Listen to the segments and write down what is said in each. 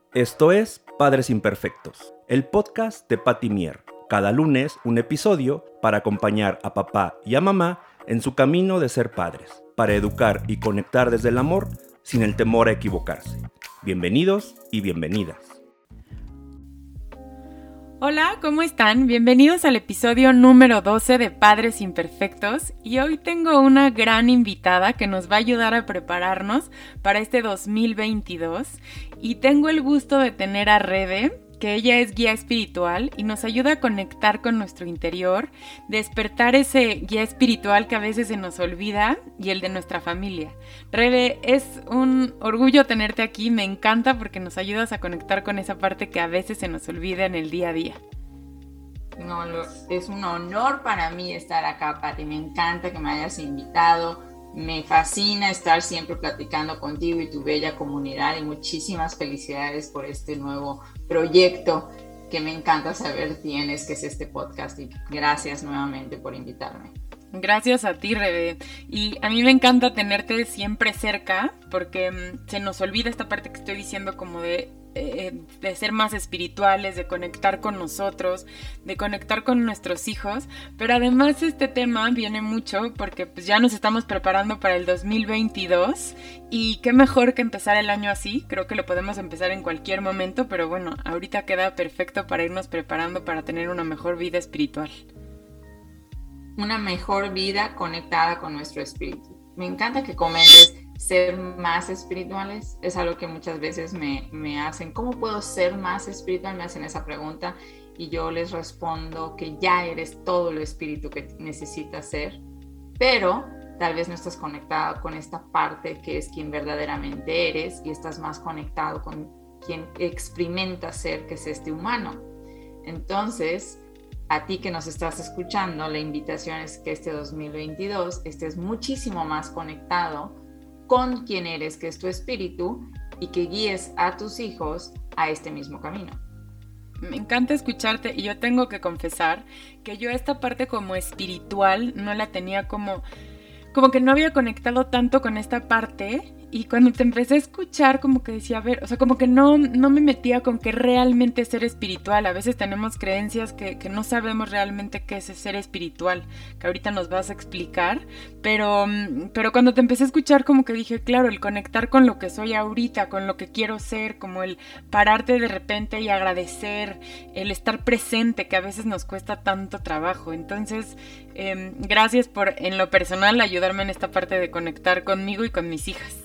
Esto es Padres Imperfectos, el podcast de Patty Mier. Cada lunes un episodio para acompañar a papá y a mamá en su camino de ser padres, para educar y conectar desde el amor sin el temor a equivocarse. Bienvenidos y bienvenidas. Hola, ¿cómo están? Bienvenidos al episodio número 12 de Padres Imperfectos y hoy tengo una gran invitada que nos va a ayudar a prepararnos para este 2022 y tengo el gusto de tener a Rebe, que ella es guía espiritual y nos ayuda a conectar con nuestro interior, despertar ese guía espiritual que a veces se nos olvida y el de nuestra familia. Rebe, es un orgullo tenerte aquí, me encanta porque nos ayudas a conectar con esa parte que a veces se nos olvida en el día a día. No, es un honor para mí estar acá, Pati. Me encanta que me hayas invitado. Me fascina estar siempre platicando contigo y tu bella comunidad y muchísimas felicidades por este nuevo proyecto que me encanta saber tienes, que es este podcast, y gracias nuevamente por invitarme. Gracias a ti, Rebe. Y a mí me encanta tenerte siempre cerca porque se nos olvida esta parte que estoy diciendo como de ser más espirituales, de conectar con nosotros, de conectar con nuestros hijos, pero además este tema viene mucho porque pues ya nos estamos preparando para el 2022 y qué mejor que empezar el año así. Creo que lo podemos empezar en cualquier momento, pero bueno, ahorita queda perfecto para irnos preparando para tener una mejor vida espiritual. Una mejor vida conectada con nuestro espíritu. Me encanta que comentes ser más espirituales. Es algo que muchas veces me hacen. ¿Cómo puedo ser más espiritual? Me hacen esa pregunta y yo les respondo que ya eres todo el espíritu que necesitas ser, pero tal vez no estás conectado con esta parte que es quien verdaderamente eres y estás más conectado con quien experimenta ser, que es este humano. Entonces, a ti que nos estás escuchando, la invitación es que este 2022 estés muchísimo más conectado con quien eres, que es tu espíritu, y que guíes a tus hijos a este mismo camino. Me encanta escucharte y yo tengo que confesar que yo esta parte como espiritual no la tenía como que no había conectado tanto con esta parte. Y cuando te empecé a escuchar como que decía, a ver, o sea, como que no me metía con qué realmente es ser espiritual. A veces tenemos creencias que no sabemos realmente qué es ser espiritual, que ahorita nos vas a explicar, pero cuando te empecé a escuchar como que dije, claro, el conectar con lo que soy ahorita, con lo que quiero ser, como el pararte de repente y agradecer, el estar presente, que a veces nos cuesta tanto trabajo. Entonces, gracias por, en lo personal, ayudarme en esta parte de conectar conmigo y con mis hijas.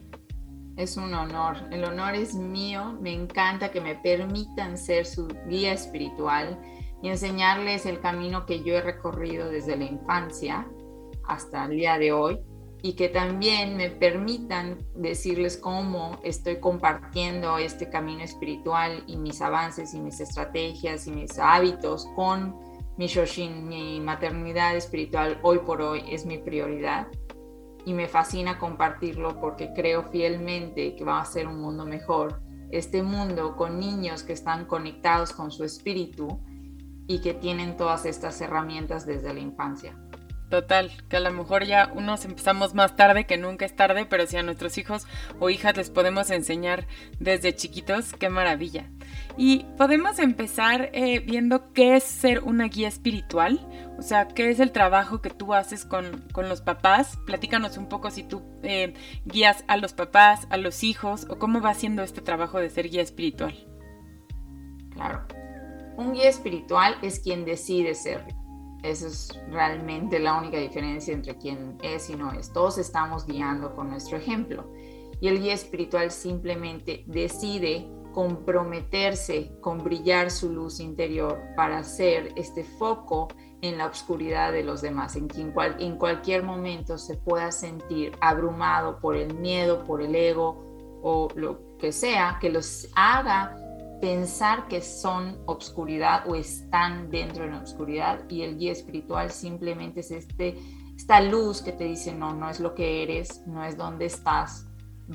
Es un honor, el honor es mío, me encanta que me permitan ser su guía espiritual y enseñarles el camino que yo he recorrido desde la infancia hasta el día de hoy, y que también me permitan decirles cómo estoy compartiendo este camino espiritual y mis avances y mis estrategias y mis hábitos con mi Shoshin. Mi maternidad espiritual hoy por hoy es mi prioridad. Y me fascina compartirlo porque creo fielmente que va a ser un mundo mejor. Este mundo con niños que están conectados con su espíritu y que tienen todas estas herramientas desde la infancia. Total, que a lo mejor ya unos empezamos más tarde, que nunca es tarde, pero si a nuestros hijos o hijas les podemos enseñar desde chiquitos, qué maravilla. Y podemos empezar viendo qué es ser una guía espiritual, o sea, qué es el trabajo que tú haces con los papás. Platícanos un poco si tú guías a los papás, a los hijos, o cómo va haciendo este trabajo de ser guía espiritual. Claro, un guía espiritual es quien decide serlo. Esa es realmente la única diferencia entre quien es y no es. Todos estamos guiando con nuestro ejemplo. Y el guía espiritual simplemente decide comprometerse con brillar su luz interior para ser este foco en la oscuridad de los demás, en quien en cualquier momento se pueda sentir abrumado por el miedo, por el ego o lo que sea, que los haga pensar que son obscuridad o están dentro de la oscuridad. Y el guía espiritual simplemente es esta luz que te dice, no es lo que eres, no es donde estás,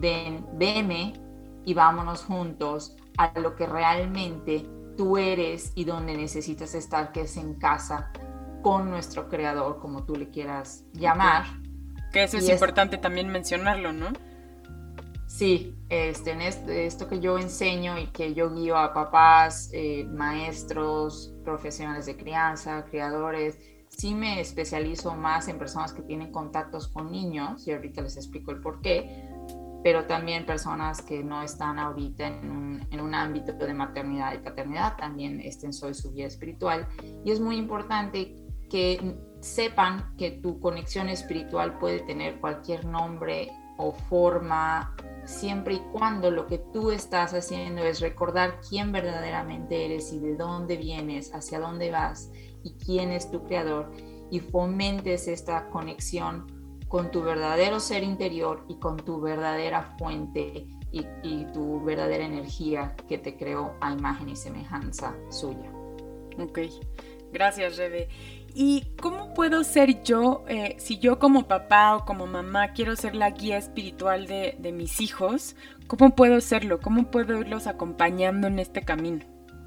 veme y vámonos juntos a lo que realmente tú eres y donde necesitas estar, que es en casa con nuestro creador, como tú le quieras llamar. Que eso es importante también mencionarlo, ¿no? Sí, en esto que yo enseño y que yo guío a papás, maestros, profesionales de crianza, criadores, sí me especializo más en personas que tienen contactos con niños, y ahorita les explico el por qué, pero también personas que no están ahorita en un ámbito de maternidad y paternidad, también soy su guía espiritual. Y es muy importante que sepan que tu conexión espiritual puede tener cualquier nombre o forma, siempre y cuando lo que tú estás haciendo es recordar quién verdaderamente eres y de dónde vienes, hacia dónde vas y quién es tu creador, y fomentes esta conexión con tu verdadero ser interior y con tu verdadera fuente y tu verdadera energía que te creó a imagen y semejanza suya. Ok, gracias, Rebe. ¿Y cómo puedo ser yo, si yo como papá o como mamá quiero ser la guía espiritual de mis hijos, cómo puedo serlo? ¿Cómo puedo irlos acompañando en este camino?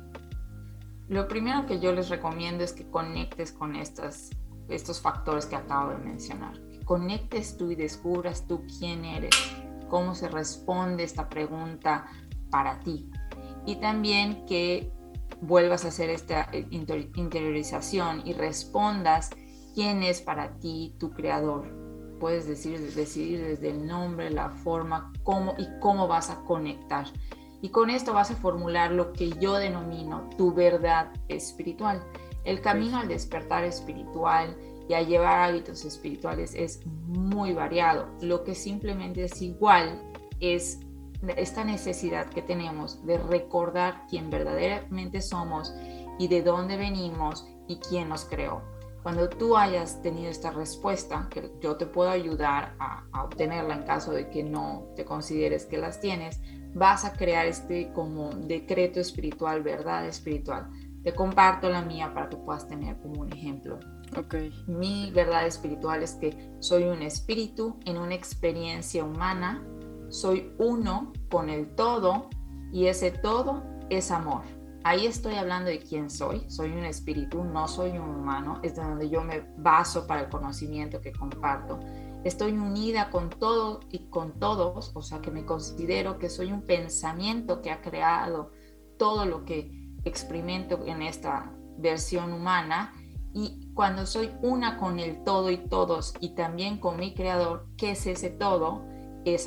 Lo primero que yo les recomiendo es que conectes con estos factores que acabo de mencionar. Que conectes tú y descubras tú quién eres, cómo se responde esta pregunta para ti. Y también que vuelvas a hacer esta interiorización y respondas quién es para ti tu creador. Puedes decidir desde el nombre, la forma, cómo vas a conectar. Y con esto vas a formular lo que yo denomino tu verdad espiritual. El camino al despertar espiritual y a llevar hábitos espirituales es muy variado. Lo que simplemente es igual es esta necesidad que tenemos de recordar quién verdaderamente somos y de dónde venimos y quién nos creó. Cuando tú hayas tenido esta respuesta, que yo te puedo ayudar a obtenerla en caso de que no te consideres que las tienes, vas a crear como decreto espiritual, verdad espiritual. Te comparto la mía para que puedas tener como un ejemplo. Okay. Mi verdad espiritual es que soy un espíritu en una experiencia humana, soy uno con el todo y ese todo es amor. Ahí estoy hablando de quién soy un espíritu, no soy un humano, es de donde yo me baso para el conocimiento que comparto. Estoy unida con todo y con todos, o sea que me considero que soy un pensamiento que ha creado todo lo que experimento en esta versión humana. Y cuando soy una con el todo y todos y también con mi creador, ¿qué es ese todo? Es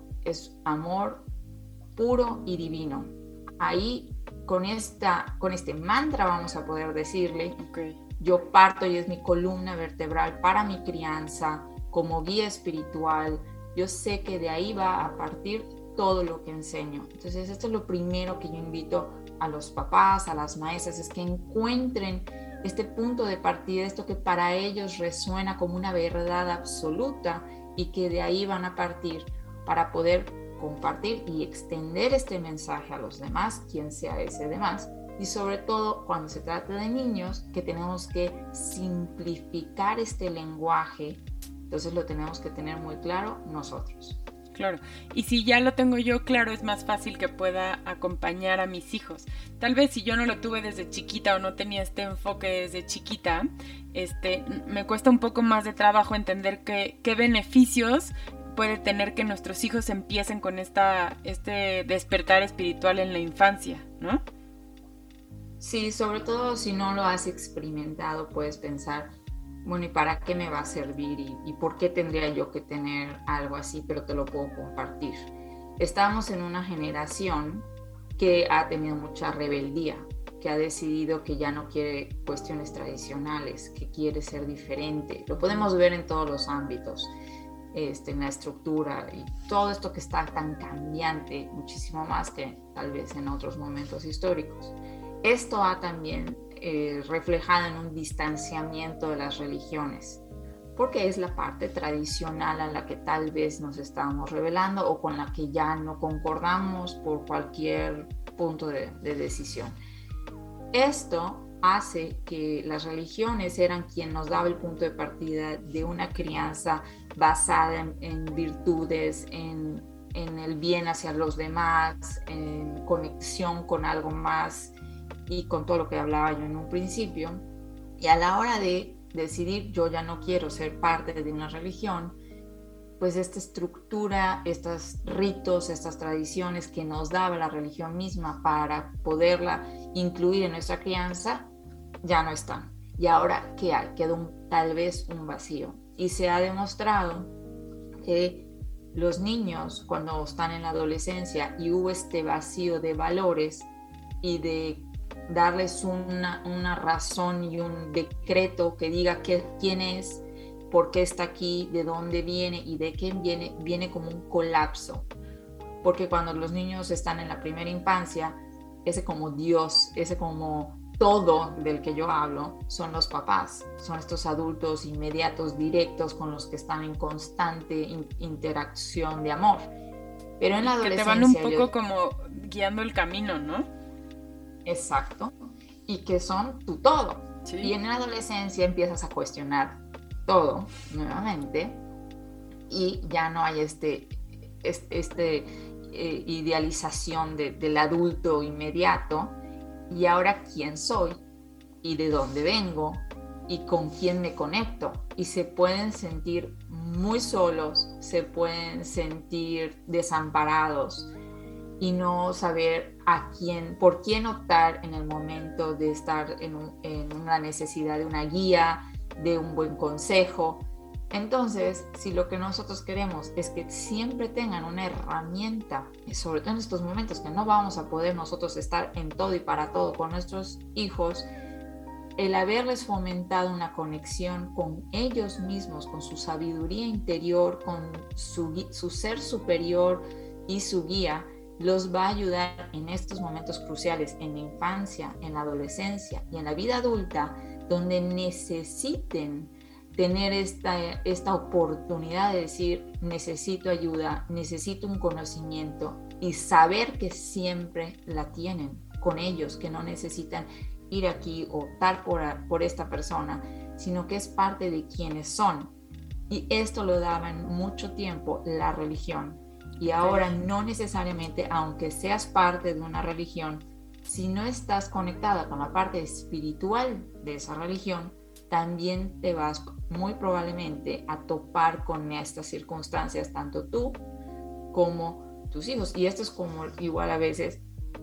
amor puro y divino. Ahí con este mantra vamos a poder decirle, okay, yo parto y es mi columna vertebral para mi crianza, como guía espiritual, yo sé que de ahí va a partir todo lo que enseño. Entonces esto es lo primero que yo invito a los papás, a las maestras, es que encuentren este punto de partida, esto que para ellos resuena como una verdad absoluta y que de ahí van a partir para poder compartir y extender este mensaje a los demás, quien sea ese demás. Y sobre todo cuando se trata de niños, que tenemos que simplificar este lenguaje, entonces lo tenemos que tener muy claro nosotros. Claro, y si ya lo tengo yo claro, es más fácil que pueda acompañar a mis hijos. Tal vez si yo no lo tuve desde chiquita o no tenía este enfoque desde chiquita, me cuesta un poco más de trabajo entender qué beneficios puede tener que nuestros hijos empiecen con este despertar espiritual en la infancia, ¿no? Sí, sobre todo si no lo has experimentado, puedes pensar, bueno, ¿y para qué me va a servir? ¿Y por qué tendría yo que tener algo así? Pero te lo puedo compartir. Estamos en una generación que ha tenido mucha rebeldía, que ha decidido que ya no quiere cuestiones tradicionales, que quiere ser diferente. Lo podemos ver en todos los ámbitos, en la estructura y todo esto que está tan cambiante, muchísimo más que tal vez en otros momentos históricos. Esto ha también reflejado en un distanciamiento de las religiones, porque es la parte tradicional a la que tal vez nos estamos rebelando o con la que ya no concordamos por cualquier punto de decisión. Esto hace que las religiones eran quien nos daba el punto de partida de una crianza basada en virtudes, en el bien hacia los demás, en conexión con algo más y con todo lo que hablaba yo en un principio. Y a la hora de decidir, yo ya no quiero ser parte de una religión, pues esta estructura, estos ritos, estas tradiciones que nos daba la religión misma para poderla incluir en nuestra crianza, ya no están. Y ahora, ¿qué hay? Queda tal vez un vacío. Y se ha demostrado que los niños, cuando están en la adolescencia y hubo este vacío de valores y de darles una razón y un decreto que diga quién es, por qué está aquí, de dónde viene y de quién viene como un colapso. Porque cuando los niños están en la primera infancia, ese como Dios, ese como todo del que yo hablo, son los papás, son estos adultos inmediatos, directos, con los que están en constante interacción de amor. Pero en la adolescencia... Que te van un poco como guiando el camino, ¿no? Exacto. Y que son tu todo. Sí. Y en la adolescencia empiezas a cuestionar todo nuevamente y ya no hay idealización del adulto inmediato. Y ahora, ¿quién soy? ¿Y de dónde vengo? ¿Y con quién me conecto? Y se pueden sentir muy solos, se pueden sentir desamparados y no saber por quién optar en el momento de estar en una necesidad de una guía, de un buen consejo. Entonces, si lo que nosotros queremos es que siempre tengan una herramienta, sobre todo en estos momentos que no vamos a poder nosotros estar en todo y para todo con nuestros hijos, el haberles fomentado una conexión con ellos mismos, con su sabiduría interior, con su ser superior y su guía, los va a ayudar en estos momentos cruciales, en la infancia, en la adolescencia y en la vida adulta, donde necesiten tener esta oportunidad de decir, necesito ayuda, necesito un conocimiento y saber que siempre la tienen con ellos, que no necesitan ir aquí o optar por esta persona, sino que es parte de quienes son. Y esto lo daba en mucho tiempo la religión. Y ahora no necesariamente, aunque seas parte de una religión, si no estás conectada con la parte espiritual de esa religión, también te vas muy probablemente a topar con estas circunstancias, tanto tú como tus hijos. Y esto es como igual a veces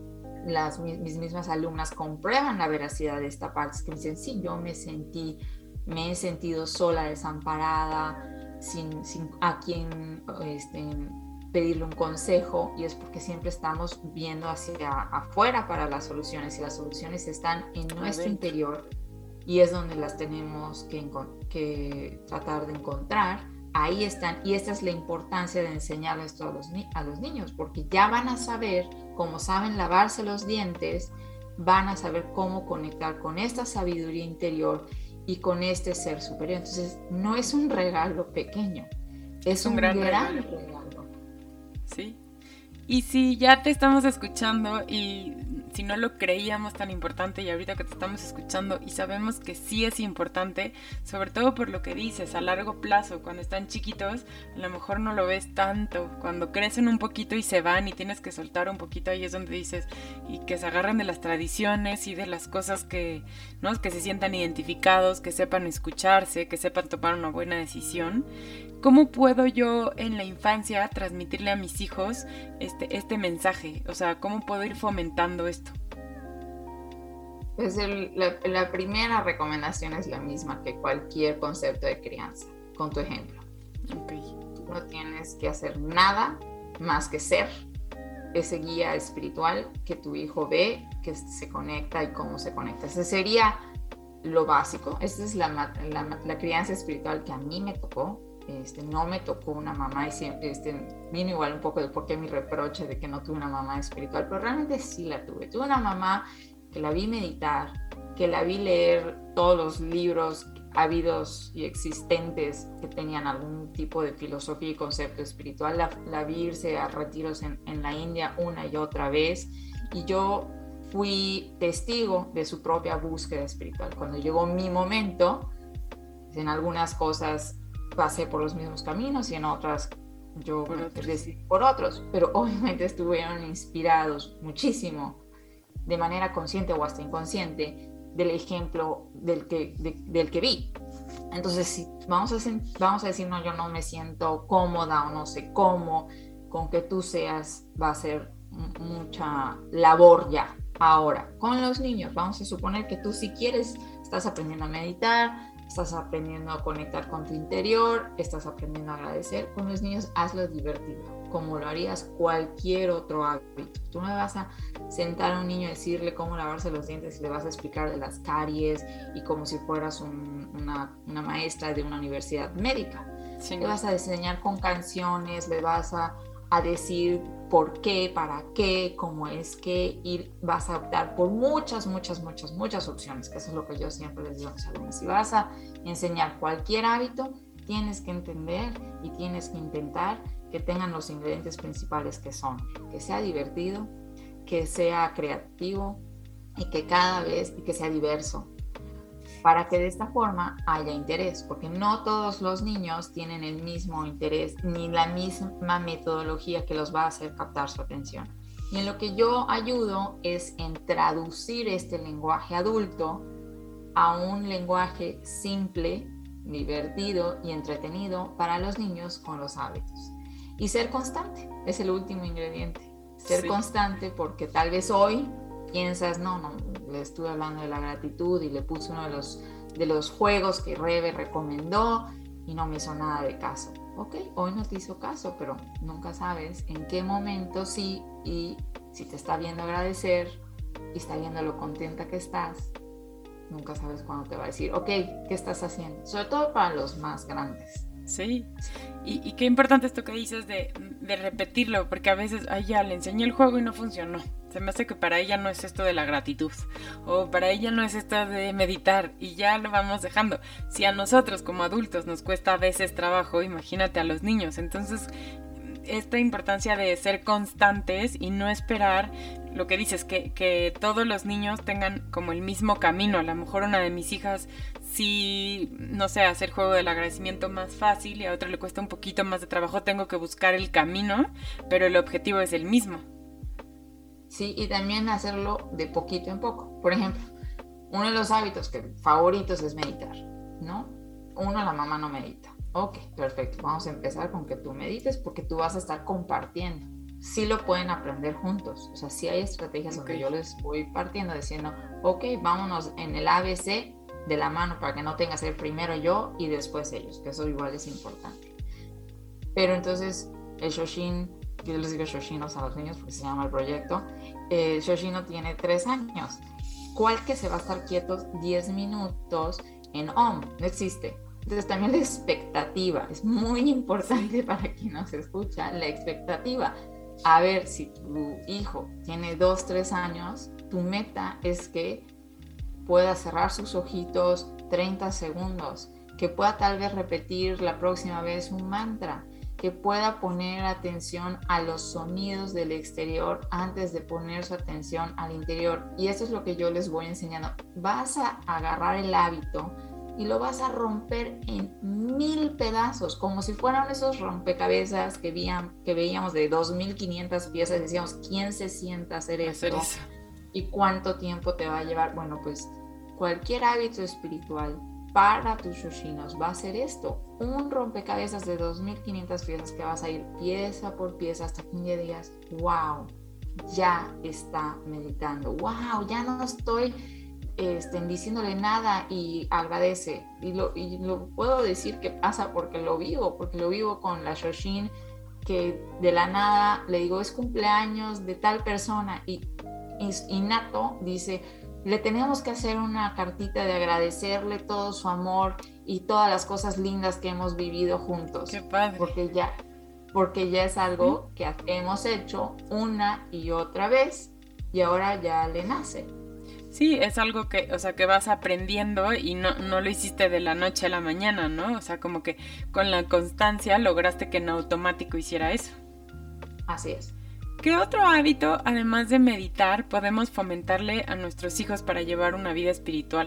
mis mismas alumnas comprueban la veracidad de esta parte, es que me dicen, sí, yo me he sentido sola, desamparada, sin a quien pedirle un consejo, y es porque siempre estamos viendo hacia afuera para las soluciones, y las soluciones están en nuestro interior, y es donde las tenemos que tratar de encontrar. Ahí están, y esta es la importancia de enseñar esto a los niños, porque ya van a saber, como saben lavarse los dientes, van a saber cómo conectar con esta sabiduría interior y con este ser superior. Entonces, no es un regalo pequeño, es un gran regalo. Sí. Y si ya te estamos escuchando y si no lo creíamos tan importante y ahorita que te estamos escuchando y sabemos que sí es importante, sobre todo por lo que dices, a largo plazo, cuando están chiquitos, a lo mejor no lo ves tanto, cuando crecen un poquito y se van y tienes que soltar un poquito, ahí es donde dices, y que se agarren de las tradiciones y de las cosas que, ¿no? Que se sientan identificados, que sepan escucharse, que sepan tomar una buena decisión. ¿Cómo puedo yo en la infancia transmitirle a mis hijos este mensaje? O sea, ¿cómo puedo ir fomentando esto? Pues la primera recomendación es la misma que cualquier concepto de crianza, con tu ejemplo. Okay. Tú no tienes que hacer nada más que ser ese guía espiritual que tu hijo ve, que se conecta y cómo se conecta. Ese sería lo básico. Esta es la crianza espiritual que a mí me tocó. No me tocó una mamá y vino igual un poco de por qué mi reproche de que no tuve una mamá espiritual, pero realmente sí la tuve. Tuve una mamá que la vi meditar, que la vi leer todos los libros habidos y existentes que tenían algún tipo de filosofía y concepto espiritual. La vi irse a retiros en la India una y otra vez, y yo fui testigo de su propia búsqueda espiritual. Cuando llegó mi momento, en algunas cosas pasé por los mismos caminos y en otras yo decidí por otros, pero obviamente estuvieron inspirados muchísimo, de manera consciente o hasta inconsciente, del ejemplo del que vi. Entonces, si vamos a decir, no, yo no me siento cómoda o no sé cómo, con que tú seas, va a ser mucha labor ya. Ahora, con los niños, vamos a suponer que tú si quieres, estás aprendiendo a meditar, estás aprendiendo a conectar con tu interior, estás aprendiendo a agradecer. Con los niños, hazlo divertido, como lo harías cualquier otro hábito. Tú no vas a sentar a un niño y decirle cómo lavarse los dientes y le vas a explicar de las caries y como si fueras una maestra de una universidad médica. Sí. Le vas a enseñar con canciones, le vas a decir por qué, para qué, cómo es que, y vas a optar por muchas opciones, que eso es lo que yo siempre les digo a mis alumnos. Si vas a enseñar cualquier hábito, tienes que entender y tienes que intentar que tengan los ingredientes principales que son, que sea divertido, que sea creativo y que que sea diverso, para que de esta forma haya interés, porque no todos los niños tienen el mismo interés ni la misma metodología que los va a hacer captar su atención. Y en lo que yo ayudo es en traducir este lenguaje adulto a un lenguaje simple, divertido y entretenido para los niños con los hábitos. Y ser constante es el último ingrediente. Ser constante, porque tal vez hoy piensas, no, le estuve hablando de la gratitud y le puse uno de los juegos que Rebe recomendó y no me hizo nada de caso. Ok, hoy no te hizo caso, pero nunca sabes en qué momento sí, y si te está viendo agradecer y está viendo lo contenta que estás, nunca sabes cuándo te va a decir, ok, ¿qué estás haciendo? Sobre todo para los más grandes. Sí, y qué importante esto que dices de repetirlo, porque a veces, ya le enseñé el juego y no funcionó. Se me hace que para ella no es esto de la gratitud, o para ella no es esto de meditar, y ya lo vamos dejando. Si a nosotros como adultos nos cuesta a veces trabajo, imagínate a los niños. Entonces, esta importancia de ser constantes y no esperar lo que dices, que todos los niños tengan como el mismo camino. A lo mejor una de mis hijas sí, no sé, hacer juego del agradecimiento más fácil y a otra le cuesta un poquito más de trabajo. Tengo que buscar el camino, pero el objetivo es el mismo. Sí, y también hacerlo de poquito en poco. Por ejemplo, uno de los hábitos favoritos es meditar, ¿no? La mamá no medita. Ok, perfecto. Vamos a empezar con que tú medites, porque tú vas a estar compartiendo. Sí lo pueden aprender juntos. O sea, sí hay estrategias donde yo les voy partiendo diciendo, ok, vámonos en el ABC de la mano para que no tenga que ser primero yo y después ellos, que eso igual es importante. Pero entonces el Shoshin, yo les digo Shoshinos a los niños porque se llama el proyecto, el Shoshino tiene 3 años. ¿Cuál que se va a estar quieto 10 minutos en Om? No existe. Entonces también la expectativa es muy importante para quien nos escucha, la expectativa. A ver, si tu hijo tiene 2, 3 años, tu meta es que pueda cerrar sus ojitos 30 segundos, que pueda tal vez repetir la próxima vez un mantra, que pueda poner atención a los sonidos del exterior antes de poner su atención al interior. Y eso es lo que yo les voy enseñando. Vas a agarrar el hábito y lo vas a romper en 1000 pedazos, como si fueran esos rompecabezas que veíamos de 2500 piezas. Decíamos, ¿quién se sienta a hacer eso? ¿Y cuánto tiempo te va a llevar? Bueno, pues cualquier hábito espiritual para tus Shoshinos va a ser esto, un rompecabezas de 2500 piezas que vas a ir pieza por pieza hasta que un día digas, wow, ya está meditando, wow, ya no estoy diciéndole nada y agradece. Y lo puedo decir que pasa porque lo vivo con la Shoshin, que de la nada le digo, es cumpleaños de tal persona, y innato dice, le tenemos que hacer una cartita de agradecerle todo su amor y todas las cosas lindas que hemos vivido juntos. ¡Qué padre! Porque ya es algo que hemos hecho una y otra vez y ahora ya le nace. Sí, es algo que, o sea, que vas aprendiendo y no lo hiciste de la noche a la mañana, ¿no? O sea, como que con la constancia lograste que en automático hiciera eso. Así es. ¿Qué otro hábito, además de meditar, podemos fomentarle a nuestros hijos para llevar una vida espiritual?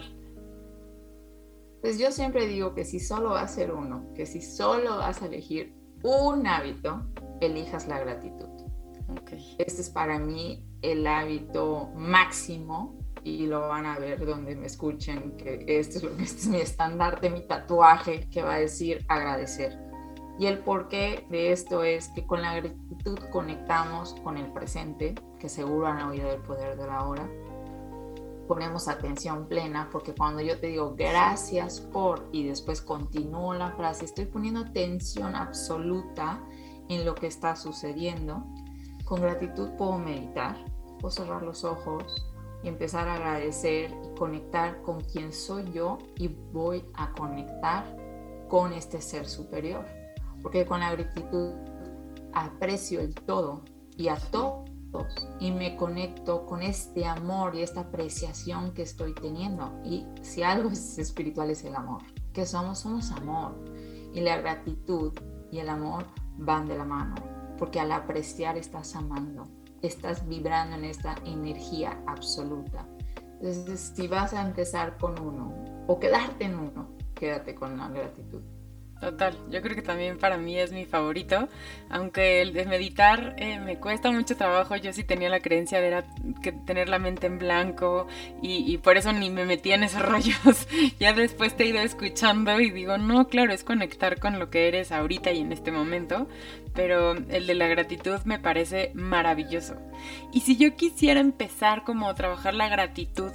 Pues yo siempre digo que si solo va a ser uno, que si solo vas a elegir un hábito, elijas la gratitud. Okay. Este es para mí el hábito máximo y lo van a ver donde me escuchen, que este es mi estandarte, mi tatuaje, que va a decir agradecer. Y el porqué de esto es que con la gratitud conectamos con el presente, que seguro han oído el poder de la hora. Ponemos atención plena, porque cuando yo te digo gracias por, y después continúo la frase, estoy poniendo atención absoluta en lo que está sucediendo. Con gratitud puedo meditar, puedo cerrar los ojos y empezar a agradecer y conectar con quien soy yo, y voy a conectar con este ser superior, porque con la gratitud aprecio el todo y a todos, y me conecto con este amor y esta apreciación que estoy teniendo. Y si algo es espiritual es el amor, que somos amor, y la gratitud y el amor van de la mano, porque al apreciar estás amando, estás vibrando en esta energía absoluta. Entonces, si vas a empezar con uno o quedarte en uno, quédate con la gratitud. Total, yo creo que también para mí es mi favorito, aunque el de meditar me cuesta mucho trabajo. Yo sí tenía la creencia de tener la mente en blanco y por eso ni me metía en esos rollos. Ya después te he ido escuchando y digo, no, claro, es conectar con lo que eres ahorita y en este momento, pero el de la gratitud me parece maravilloso. Y si yo quisiera empezar como a trabajar la gratitud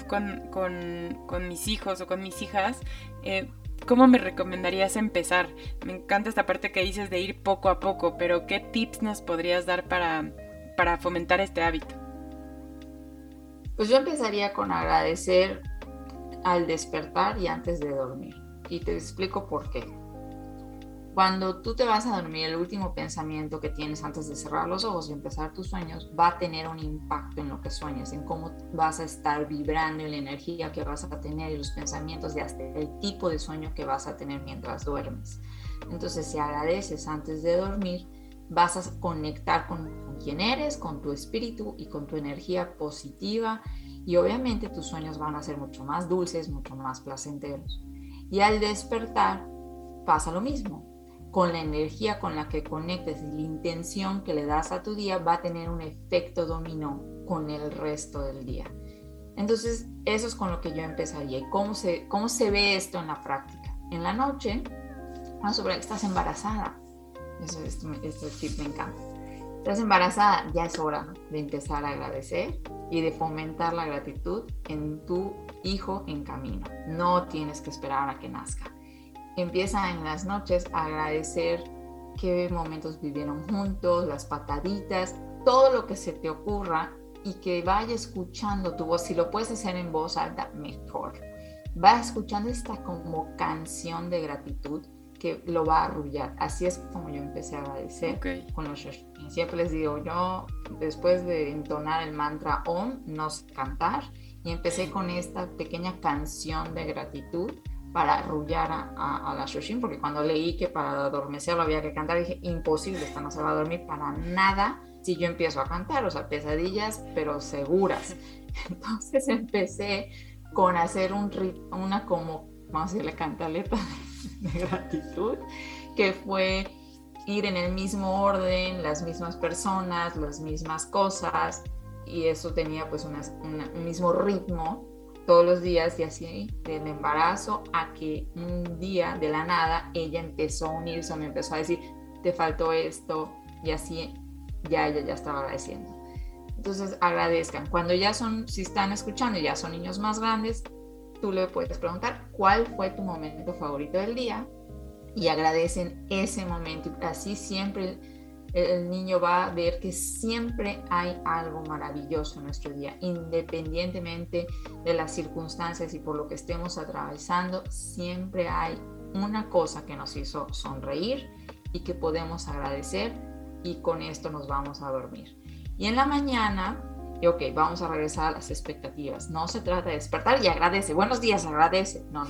con mis hijos o con mis hijas, ¿cómo me recomendarías empezar? Me encanta esta parte que dices de ir poco a poco, pero ¿qué tips nos podrías dar para fomentar este hábito? Pues yo empezaría con agradecer al despertar y antes de dormir. Y te explico por qué. Cuando tú te vas a dormir, el último pensamiento que tienes antes de cerrar los ojos y empezar tus sueños va a tener un impacto en lo que sueñas, en cómo vas a estar vibrando, en la energía que vas a tener y los pensamientos y hasta el tipo de sueño que vas a tener mientras duermes. Entonces, si agradeces antes de dormir, vas a conectar con quién eres, con tu espíritu y con tu energía positiva, y obviamente tus sueños van a ser mucho más dulces, mucho más placenteros. Y al despertar pasa lo mismo. Con la energía con la que conectes y la intención que le das a tu día va a tener un efecto dominó con el resto del día. Entonces, eso es con lo que yo empezaría. ¿Y cómo se ve esto en la práctica? En la noche, vamos a suponer que estás embarazada. Este tip me encanta. Estás embarazada, ya es hora de empezar a agradecer y de fomentar la gratitud en tu hijo en camino. No tienes que esperar a que nazca. Empieza en las noches a agradecer qué momentos vivieron juntos, las pataditas, todo lo que se te ocurra, y que vaya escuchando tu voz. Si lo puedes hacer en voz alta, mejor. Va escuchando esta como canción de gratitud que lo va a arrullar. Así es como yo empecé a agradecer con los Shoshini. Siempre les digo, yo después de entonar el mantra Om, no sé cantar, y empecé con esta pequeña canción de gratitud para arrullar a la Shoshin, porque cuando leí que para adormecerlo había que cantar, dije, imposible, esta no se va a dormir para nada si yo empiezo a cantar, o sea, pesadillas, pero seguras. Entonces empecé con hacer una como, vamos a decirle, cantaleta de gratitud, que fue ir en el mismo orden, las mismas personas, las mismas cosas, y eso tenía pues un mismo ritmo todos los días, y así del embarazo a que un día de la nada ella empezó a unirse, me empezó a decir, te faltó esto, y así ella ya estaba agradeciendo. Entonces agradezcan. Cuando ya si están escuchando y ya son niños más grandes, tú le puedes preguntar cuál fue tu momento favorito del día y agradecen ese momento. Así siempre el niño va a ver que siempre hay algo maravilloso en nuestro día, independientemente de las circunstancias y por lo que estemos atravesando, siempre hay una cosa que nos hizo sonreír y que podemos agradecer, y con esto nos vamos a dormir. Y en la mañana, vamos a regresar a las expectativas. No se trata de despertar y agradece. Buenos días, agradece. No.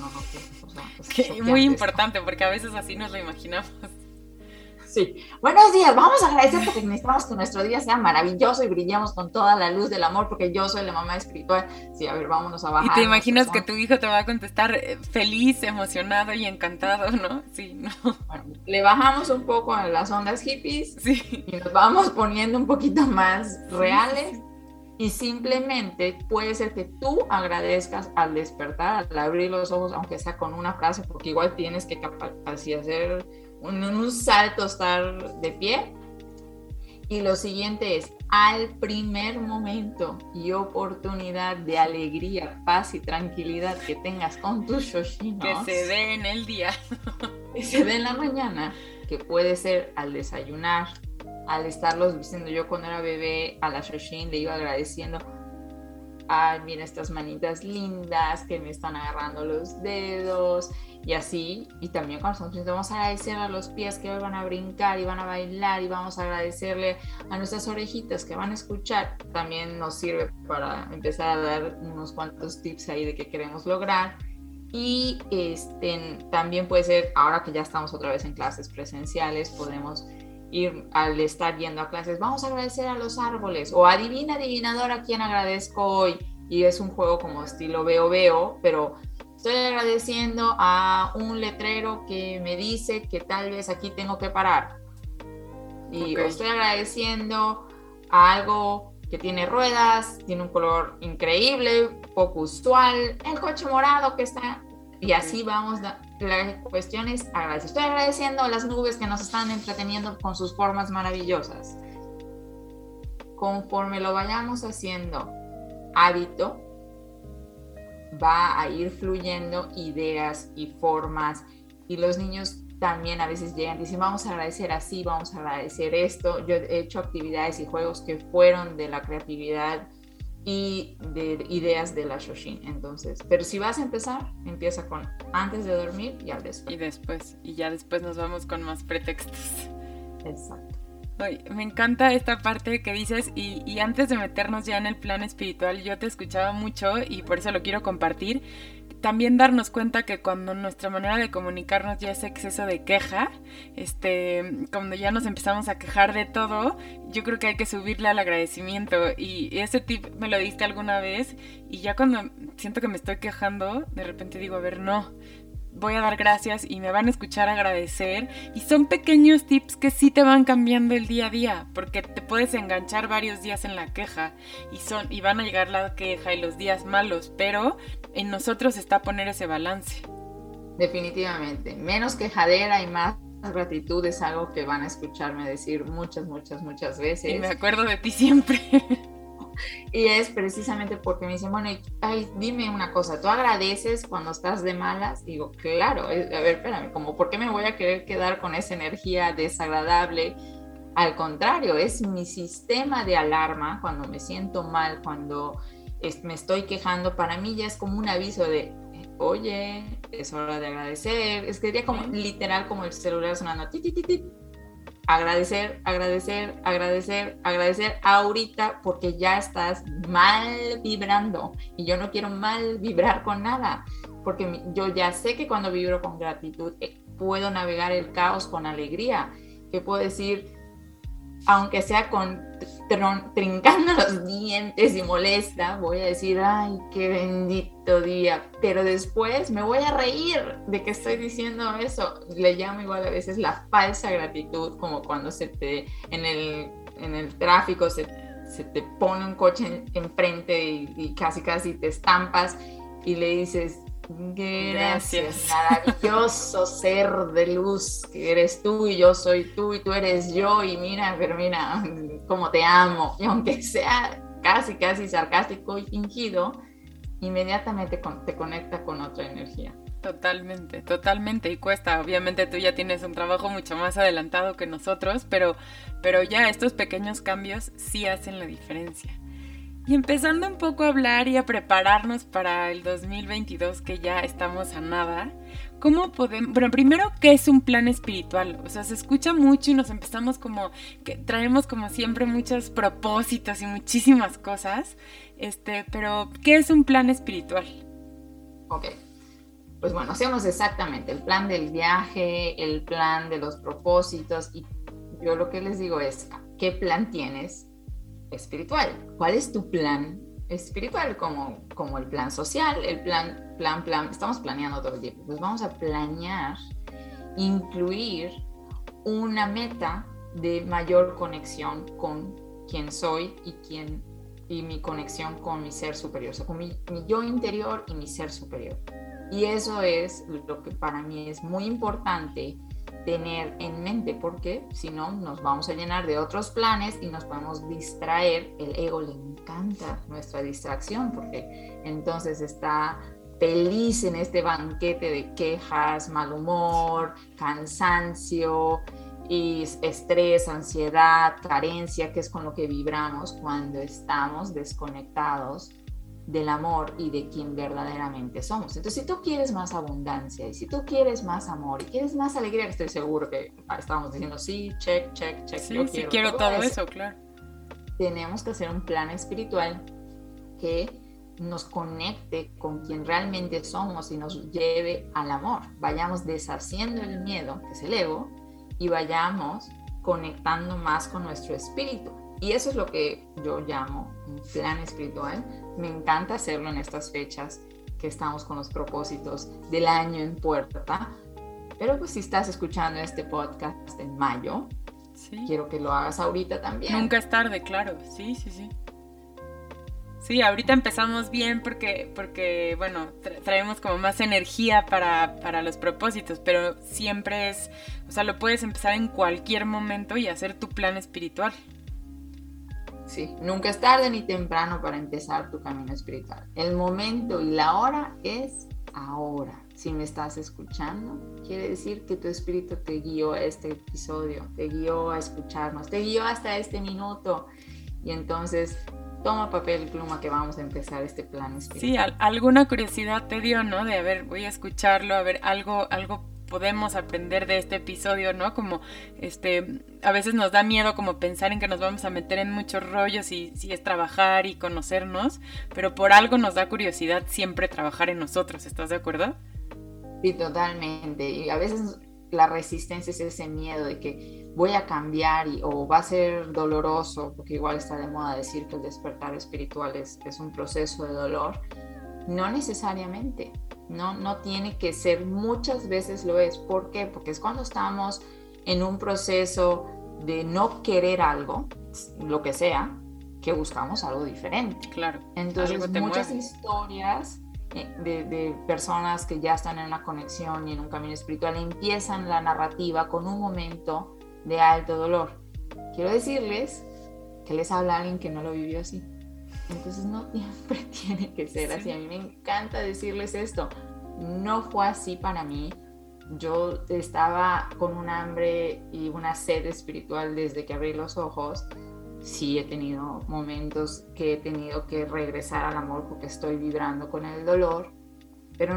Muy importante, porque a veces así nos lo imaginamos. Sí, buenos días, vamos a agradecer porque necesitamos que nuestro día sea maravilloso y brillemos con toda la luz del amor, porque yo soy la mamá espiritual. Sí, a ver, vámonos a bajar. Y te imaginas que tu hijo te va a contestar feliz, emocionado y encantado, ¿no? Sí, ¿no? Bueno, le bajamos un poco a las ondas hippies, sí, y nos vamos poniendo un poquito más reales. Y simplemente puede ser que tú agradezcas al despertar, al abrir los ojos, aunque sea con una frase, porque igual tienes que así hacer un salto, estar de pie. Y lo siguiente es, al primer momento y oportunidad de alegría, paz y tranquilidad que tengas con tus shoshinos, que se dé en el día, que se dé en la mañana, que puede ser al desayunar, al estarlos diciendo. Yo cuando era bebé a la Shoshin le iba agradeciendo, ay, mira estas manitas lindas que me están agarrando los dedos y así. Y también cuando estamos diciendo, vamos a agradecer a los pies que hoy van a brincar y van a bailar, y vamos a agradecerle a nuestras orejitas que van a escuchar. También nos sirve para empezar a dar unos cuantos tips ahí de qué queremos lograr. Y también puede ser, ahora que ya estamos otra vez en clases presenciales, podemos ir, al estar yendo a clases, vamos a agradecer a los árboles, o adivina, adivinador, a quién agradezco hoy. Y es un juego como estilo veo, pero estoy agradeciendo a un letrero que me dice que tal vez aquí tengo que parar. Y Ok. estoy agradeciendo a algo que tiene ruedas, tiene un color increíble, poco usual, el coche morado que está. Y así vamos. La cuestión es agradecer. Estoy agradeciendo a las nubes que nos están entreteniendo con sus formas maravillosas. Conforme lo vayamos haciendo hábito, va a ir fluyendo ideas y formas. Y los niños también a veces llegan y dicen, vamos a agradecer así, vamos a agradecer esto. Yo he hecho actividades y juegos que fueron de la creatividad y de ideas de la Shoshin. Entonces, pero si vas a empezar, empieza con antes de dormir y al después. Y ya después nos vamos con más pretextos. Exacto. Ay, me encanta esta parte que dices, y antes de meternos ya en el plan espiritual, yo te escuchaba mucho y por eso lo quiero compartir. También darnos cuenta que cuando nuestra manera de comunicarnos ya es exceso de queja, cuando ya nos empezamos a quejar de todo, yo creo que hay que subirle al agradecimiento. Y ese tip me lo diste alguna vez, y ya cuando siento que me estoy quejando, de repente digo, a ver, no, voy a dar gracias y me van a escuchar agradecer. Y son pequeños tips que sí te van cambiando el día a día, porque te puedes enganchar varios días en la queja y van a llegar la queja y los días malos, pero en nosotros está poner ese balance. Definitivamente. Menos quejadera y más gratitud es algo que van a escucharme decir muchas veces. Y me acuerdo de ti siempre. Y es precisamente porque me dicen, bueno, ay, dime una cosa, ¿tú agradeces cuando estás de malas? Digo, claro, a ver, espérame, como, ¿por qué me voy a querer quedar con esa energía desagradable? Al contrario, es mi sistema de alarma cuando me siento mal, cuando me estoy quejando. Para mí ya es como un aviso de, oye, es hora de agradecer. Es que sería como literal como el celular sonando, tit, tit, tit, tit. Agradecer ahorita, porque ya estás mal vibrando y yo no quiero mal vibrar con nada, porque yo ya sé que cuando vibro con gratitud puedo navegar el caos con alegría, que puedo decir, aunque sea trincando los dientes y molesta, voy a decir, ay, qué bendito día, pero después me voy a reír de que estoy diciendo eso. Le llamo igual a veces la falsa gratitud, como cuando en el tráfico se te pone un coche enfrente y casi te estampas y le dices, gracias, maravilloso ser de luz que eres tú y yo soy tú y tú eres yo, y mira cómo te amo. Y aunque sea casi sarcástico y fingido, inmediatamente te conecta con otra energía. Totalmente, y cuesta. Obviamente tú ya tienes un trabajo mucho más adelantado que nosotros, pero ya estos pequeños cambios sí hacen la diferencia. Y empezando un poco a hablar y a prepararnos para el 2022, que ya estamos a nada, ¿cómo podemos...? Bueno, primero, ¿qué es un plan espiritual? O sea, se escucha mucho y nos empezamos como... que traemos como siempre muchos propósitos y muchísimas cosas, pero ¿qué es un plan espiritual? Ok, pues bueno, hacemos exactamente el plan del viaje, el plan de los propósitos, y yo lo que les digo es, ¿qué plan tienes espiritual? ¿Cuál es tu plan espiritual? Como el plan social, el plan, estamos planeando todo el tiempo. Pues vamos a planear, incluir una meta de mayor conexión con quién soy y quién y mi conexión con mi ser superior, o sea, con mi yo interior y mi ser superior. Y eso es lo que para mí es muy importante tener en mente, porque si no nos vamos a llenar de otros planes y nos podemos distraer. El ego le encanta nuestra distracción, porque entonces está feliz en este banquete de quejas, mal humor, cansancio y estrés, ansiedad, carencia, que es con lo que vibramos cuando estamos desconectados del amor y de quien verdaderamente somos. Entonces, si tú quieres más abundancia y si tú quieres más amor y quieres más alegría, que estoy seguro que estábamos diciendo sí, check, check, check, Sí, yo sí quiero todo eso, claro. Tenemos que hacer un plan espiritual que nos conecte con quien realmente somos y nos lleve al amor. Vayamos deshaciendo el miedo, que es el ego, y vayamos conectando más con nuestro espíritu. Y eso es lo que yo llamo un plan espiritual. Me encanta hacerlo en estas fechas que estamos con los propósitos del año en puerta. Pero pues si estás escuchando este podcast en mayo, sí, quiero que lo hagas ahorita también. Nunca es tarde, claro. Sí, sí, sí. Sí, ahorita empezamos bien porque bueno, traemos como más energía para los propósitos, pero siempre es, o sea, lo puedes empezar en cualquier momento y hacer tu plan espiritual. Sí, nunca es tarde ni temprano para empezar tu camino espiritual. El momento y la hora es ahora. Si me estás escuchando, quiere decir que tu espíritu te guió a este episodio, te guió a escucharnos, te guió hasta este minuto. Y entonces, toma papel y pluma que vamos a empezar este plan espiritual. Sí, alguna curiosidad te dio, ¿no? De, a ver, voy a escucharlo, a ver, algo podemos aprender de este episodio, ¿no? Como, a veces nos da miedo como pensar en que nos vamos a meter en muchos rollos y si es trabajar y conocernos, pero por algo nos da curiosidad siempre trabajar en nosotros, ¿estás de acuerdo? Sí, totalmente. Y a veces la resistencia es ese miedo de que voy a cambiar o va a ser doloroso, porque igual está de moda decir que el despertar espiritual es un proceso de dolor. No necesariamente. No tiene que ser, muchas veces lo es. ¿Por qué? Porque es cuando estamos en un proceso de no querer algo, lo que sea, que buscamos algo diferente. Claro. Entonces, muchas historias de personas que ya están en una conexión y en un camino espiritual empiezan la narrativa con un momento de alto dolor. Quiero decirles que les habla alguien que no lo vivió así. Entonces no siempre tiene que ser así. A mí me encanta decirles esto. No fue así para mí. Yo estaba con un hambre y una sed espiritual desde que abrí los ojos. Sí he tenido momentos que he tenido que regresar al amor porque estoy vibrando con el dolor. Pero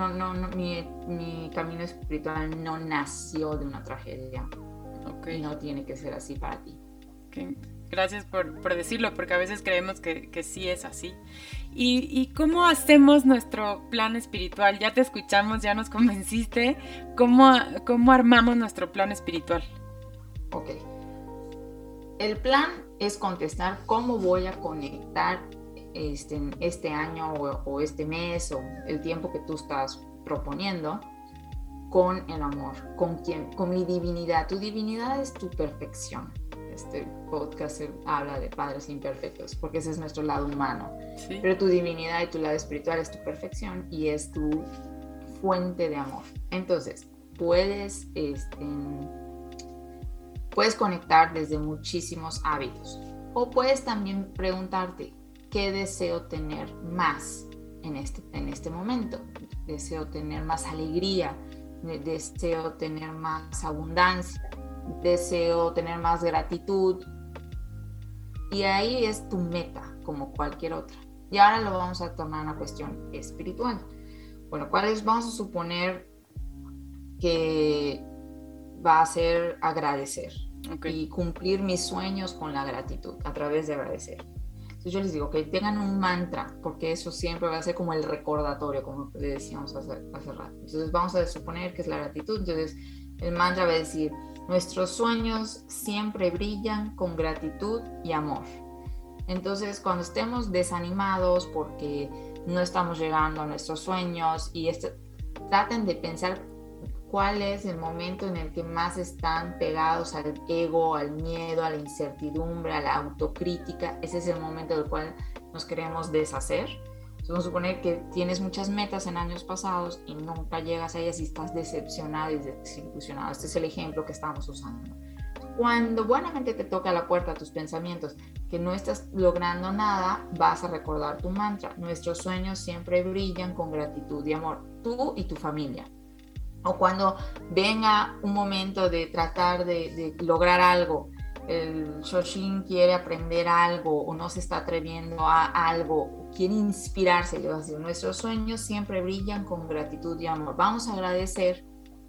mi camino espiritual no nació de una tragedia. Okay. Y no tiene que ser así para ti. Okay. Gracias por decirlo, porque a veces creemos que sí es así. ¿Y cómo hacemos nuestro plan espiritual? Ya te escuchamos, ya nos convenciste. ¿Cómo armamos nuestro plan espiritual? Ok. El plan es contestar cómo voy a conectar este año o este mes o el tiempo que tú estás proponiendo con el amor, con mi divinidad. Tu divinidad es tu perfección. Este podcast habla de padres imperfectos, porque ese es nuestro lado humano. ¿Sí? Pero tu divinidad y tu lado espiritual es tu perfección y es tu fuente de amor. Entonces, puedes conectar desde muchísimos hábitos. O puedes también preguntarte, ¿qué deseo tener más en este momento? Deseo tener más alegría, deseo tener más abundancia, deseo tener más gratitud. Y ahí es tu meta, como cualquier otra. Y ahora lo vamos a tornar una cuestión espiritual. Bueno, vamos a suponer que va a ser agradecer. Okay. Y cumplir mis sueños con la gratitud, a través de agradecer. Entonces yo les digo que tengan un mantra, porque eso siempre va a ser como el recordatorio, como le decíamos hace rato. Entonces vamos a suponer que es la gratitud. Entonces el mantra va a decir: nuestros sueños siempre brillan con gratitud y amor. Entonces, cuando estemos desanimados porque no estamos llegando a nuestros sueños, traten de pensar cuál es el momento en el que más están pegados al ego, al miedo, a la incertidumbre, a la autocrítica. Ese es el momento del cual nos queremos deshacer. Vamos a suponer que tienes muchas metas en años pasados y nunca llegas a ellas y estás decepcionado y desilusionado. Este es el ejemplo que estamos usando. Cuando buenamente te toca a la puerta tus pensamientos que no estás logrando nada, vas a recordar tu mantra. Nuestros sueños siempre brillan con gratitud y amor, tú y tu familia. O cuando venga un momento de tratar de lograr algo, el Shoshin quiere aprender algo o no se está atreviendo a algo, quiere inspirarse, yo decir, nuestros sueños siempre brillan con gratitud y amor. Vamos a agradecer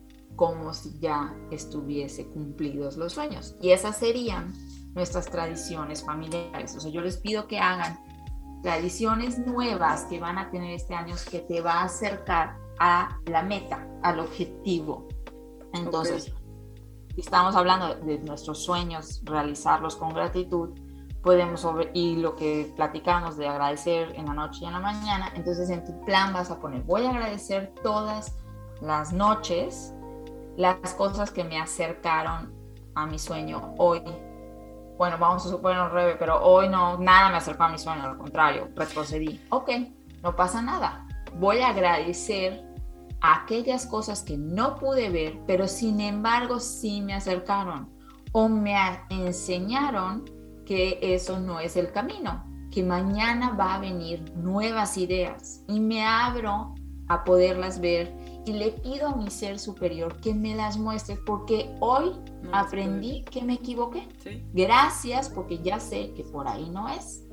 como si ya estuviese cumplidos los sueños. Y esas serían nuestras tradiciones familiares. O sea, yo les pido que hagan tradiciones nuevas que van a tener este año, que te va a acercar a la meta, al objetivo. Entonces, si estamos hablando de nuestros sueños, realizarlos con gratitud, podemos, y lo que platicamos de agradecer en la noche y en la mañana, entonces en tu plan vas a poner, voy a agradecer todas las noches las cosas que me acercaron a mi sueño hoy. Bueno, vamos a suponerlo al revés, pero hoy no, nada me acercó a mi sueño, al contrario, retrocedí. Ok, no pasa nada. Voy a agradecer aquellas cosas que no pude ver, pero sin embargo sí me acercaron o me enseñaron que eso no es el camino, que mañana va a venir nuevas ideas y me abro a poderlas ver y le pido a mi ser superior que me las muestre porque hoy aprendí que me equivoqué. Sí. Gracias, porque ya sé que por ahí no es.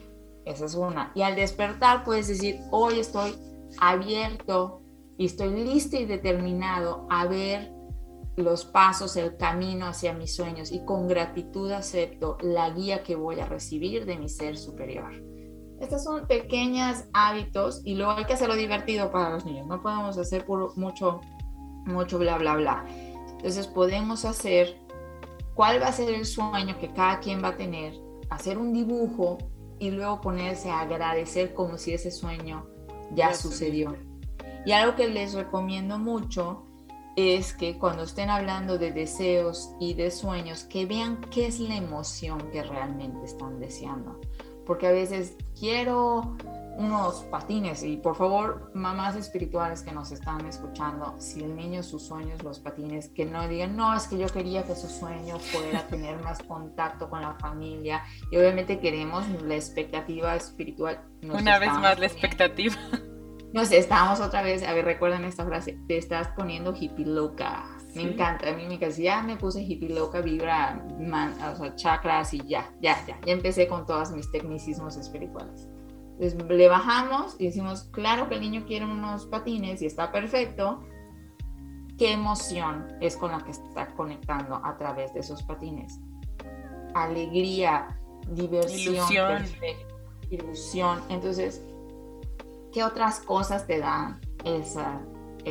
Esa es una. Y al despertar puedes decir, hoy estoy abierto y estoy listo y determinado a ver los pasos, el camino hacia mis sueños y con gratitud acepto la guía que voy a recibir de mi ser superior. Estos son pequeños hábitos y luego hay que hacerlo divertido para los niños. No podemos hacer mucho bla, bla, bla. Entonces podemos hacer cuál va a ser el sueño que cada quien va a tener, hacer un dibujo y luego ponerse a agradecer como si ese sueño ya sucedió. Y algo que les recomiendo mucho es que cuando estén hablando de deseos y de sueños, que vean qué es la emoción que realmente están deseando. Porque a veces quiero unos patines y por favor, mamás espirituales que nos están escuchando, si el niño sus sueños, los patines, que no digan, no, es que yo quería que su sueño fuera tener más contacto con la familia y obviamente queremos la expectativa espiritual. Una vez más la expectativa. Nos estamos otra vez, a ver, recuerden esta frase, te estás poniendo hippie loca. Me encanta, a mí me encanta, ya me puse hippie loca, vibra, o sea, chakras y ya empecé con todos mis tecnicismos espirituales. Entonces le bajamos y decimos, claro que el niño quiere unos patines y está perfecto. ¿Qué emoción es con la que está conectando a través de esos patines? Alegría, diversión, ilusión. Entonces, ¿qué otras cosas te dan esa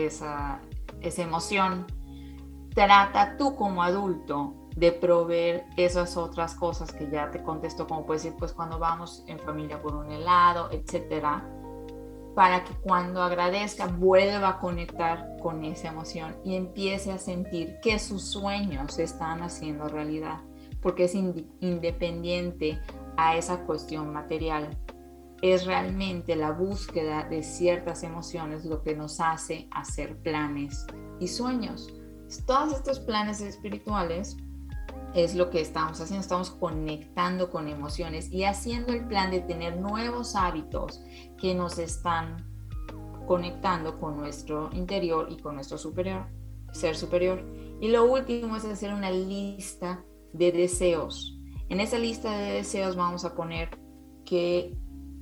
emoción? Trata tú como adulto de proveer esas otras cosas que ya te contestó, como puede ser, pues cuando vamos en familia por un helado, etcétera, para que cuando agradezca vuelva a conectar con esa emoción y empiece a sentir que sus sueños se están haciendo realidad, porque es independiente a esa cuestión material. Es realmente la búsqueda de ciertas emociones lo que nos hace hacer planes y sueños. Todos estos planes espirituales es lo que estamos haciendo, estamos conectando con emociones y haciendo el plan de tener nuevos hábitos que nos están conectando con nuestro interior y con nuestro ser superior. Y lo último es hacer una lista de deseos. En esa lista de deseos vamos a poner ¿qué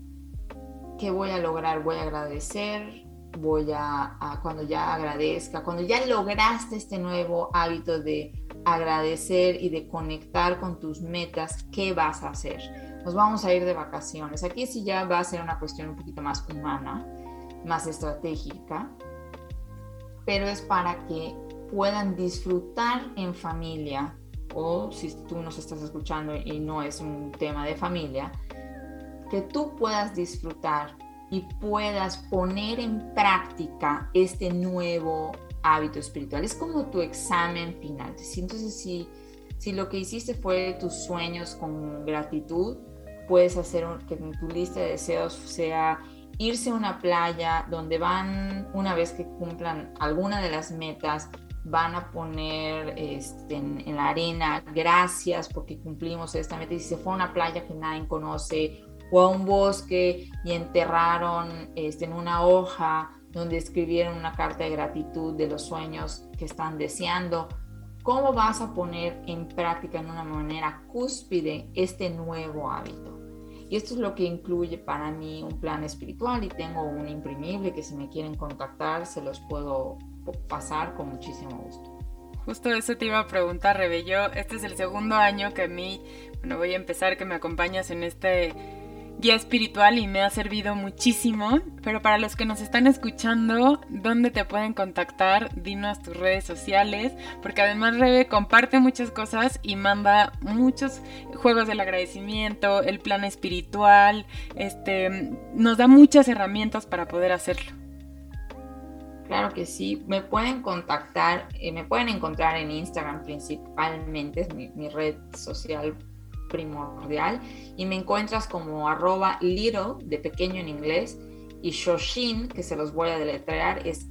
voy a lograr? Voy a agradecer, cuando ya agradezca, cuando ya lograste este nuevo hábito de agradecer y de conectar con tus metas, ¿qué vas a hacer? Nos vamos a ir de vacaciones. Aquí sí ya va a ser una cuestión un poquito más humana, más estratégica, pero es para que puedan disfrutar en familia, o si tú nos estás escuchando y no es un tema de familia, que tú puedas disfrutar y puedas poner en práctica este nuevo hábito espiritual. Es como tu examen final. Entonces, si lo que hiciste fue tus sueños con gratitud, puedes hacer que tu lista de deseos sea irse a una playa donde van, una vez que cumplan alguna de las metas, van a poner en la arena, gracias porque cumplimos esta meta. Y si se fue a una playa que nadie conoce, o a un bosque y enterraron en una hoja donde escribieron una carta de gratitud de los sueños que están deseando, ¿cómo vas a poner en práctica en una manera cúspide este nuevo hábito? Y esto es lo que incluye para mí un plan espiritual, y tengo un imprimible que si me quieren contactar se los puedo pasar con muchísimo gusto. Justo eso te iba a preguntar, Rebe. Este es el segundo año que voy a empezar, que me acompañas en este guía espiritual y me ha servido muchísimo. Pero para los que nos están escuchando, ¿dónde te pueden contactar? Dinos tus redes sociales, porque además Rebe comparte muchas cosas y manda muchos juegos del agradecimiento, el plan espiritual, nos da muchas herramientas para poder hacerlo. Claro que sí, me pueden contactar, me pueden encontrar en Instagram principalmente, es mi red social primordial, y me encuentras como @little, de pequeño en inglés, y Shoshin, que se los voy a deletrear, es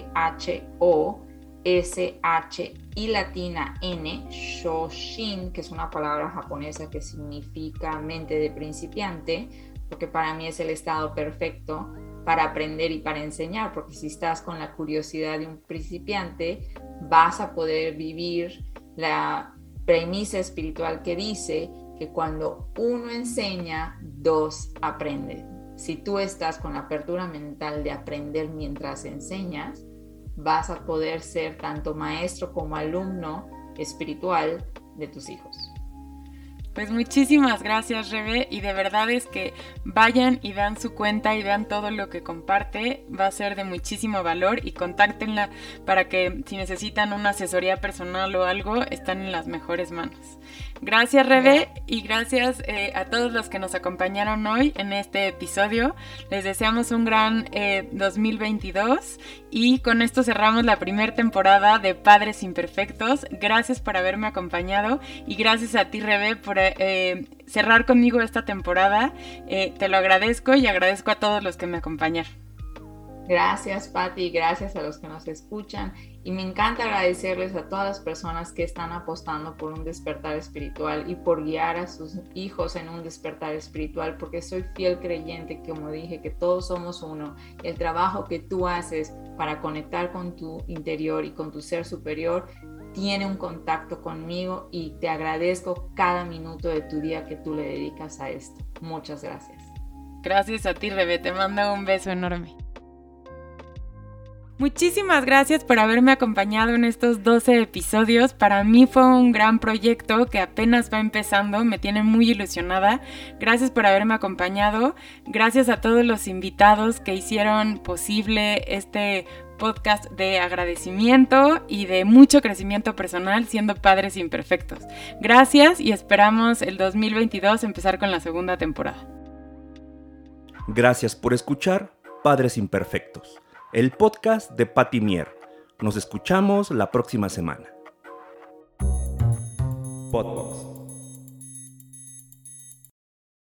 SHOSH y latina N, Shoshin, que es una palabra japonesa que significa mente de principiante, porque para mí es el estado perfecto para aprender y para enseñar, porque si estás con la curiosidad de un principiante, vas a poder vivir la premisa espiritual que dice que cuando uno enseña, dos aprenden. Si tú estás con la apertura mental de aprender mientras enseñas, vas a poder ser tanto maestro como alumno espiritual de tus hijos. Pues muchísimas gracias, Rebe, y de verdad es que vayan y vean su cuenta y vean todo lo que comparte, va a ser de muchísimo valor, y contáctenla para que si necesitan una asesoría personal o algo, están en las mejores manos. Gracias, Rebe, y gracias a todos los que nos acompañaron hoy en este episodio. Les deseamos un gran 2022, y con esto cerramos la primera temporada de Padres Imperfectos. Gracias por haberme acompañado, y gracias a ti, Rebe, por cerrar conmigo esta temporada. Te lo agradezco, y agradezco a todos los que me acompañaron. Gracias, Pati, gracias a los que nos escuchan, y me encanta agradecerles a todas las personas que están apostando por un despertar espiritual y por guiar a sus hijos en un despertar espiritual, porque soy fiel creyente, como dije, que todos somos uno. El trabajo que tú haces para conectar con tu interior y con tu ser superior tiene un contacto conmigo, y te agradezco cada minuto de tu día que tú le dedicas a esto. Muchas gracias. Gracias a ti, Rebe, te mando un beso enorme. Muchísimas gracias por haberme acompañado en estos 12 episodios. Para mí fue un gran proyecto que apenas va empezando, me tiene muy ilusionada. Gracias por haberme acompañado. Gracias a todos los invitados que hicieron posible este podcast de agradecimiento y de mucho crecimiento personal siendo padres imperfectos. Gracias, y esperamos el 2022 empezar con la segunda temporada. Gracias por escuchar Padres Imperfectos, el podcast de Pati Mier. Nos escuchamos la próxima semana. Podbox.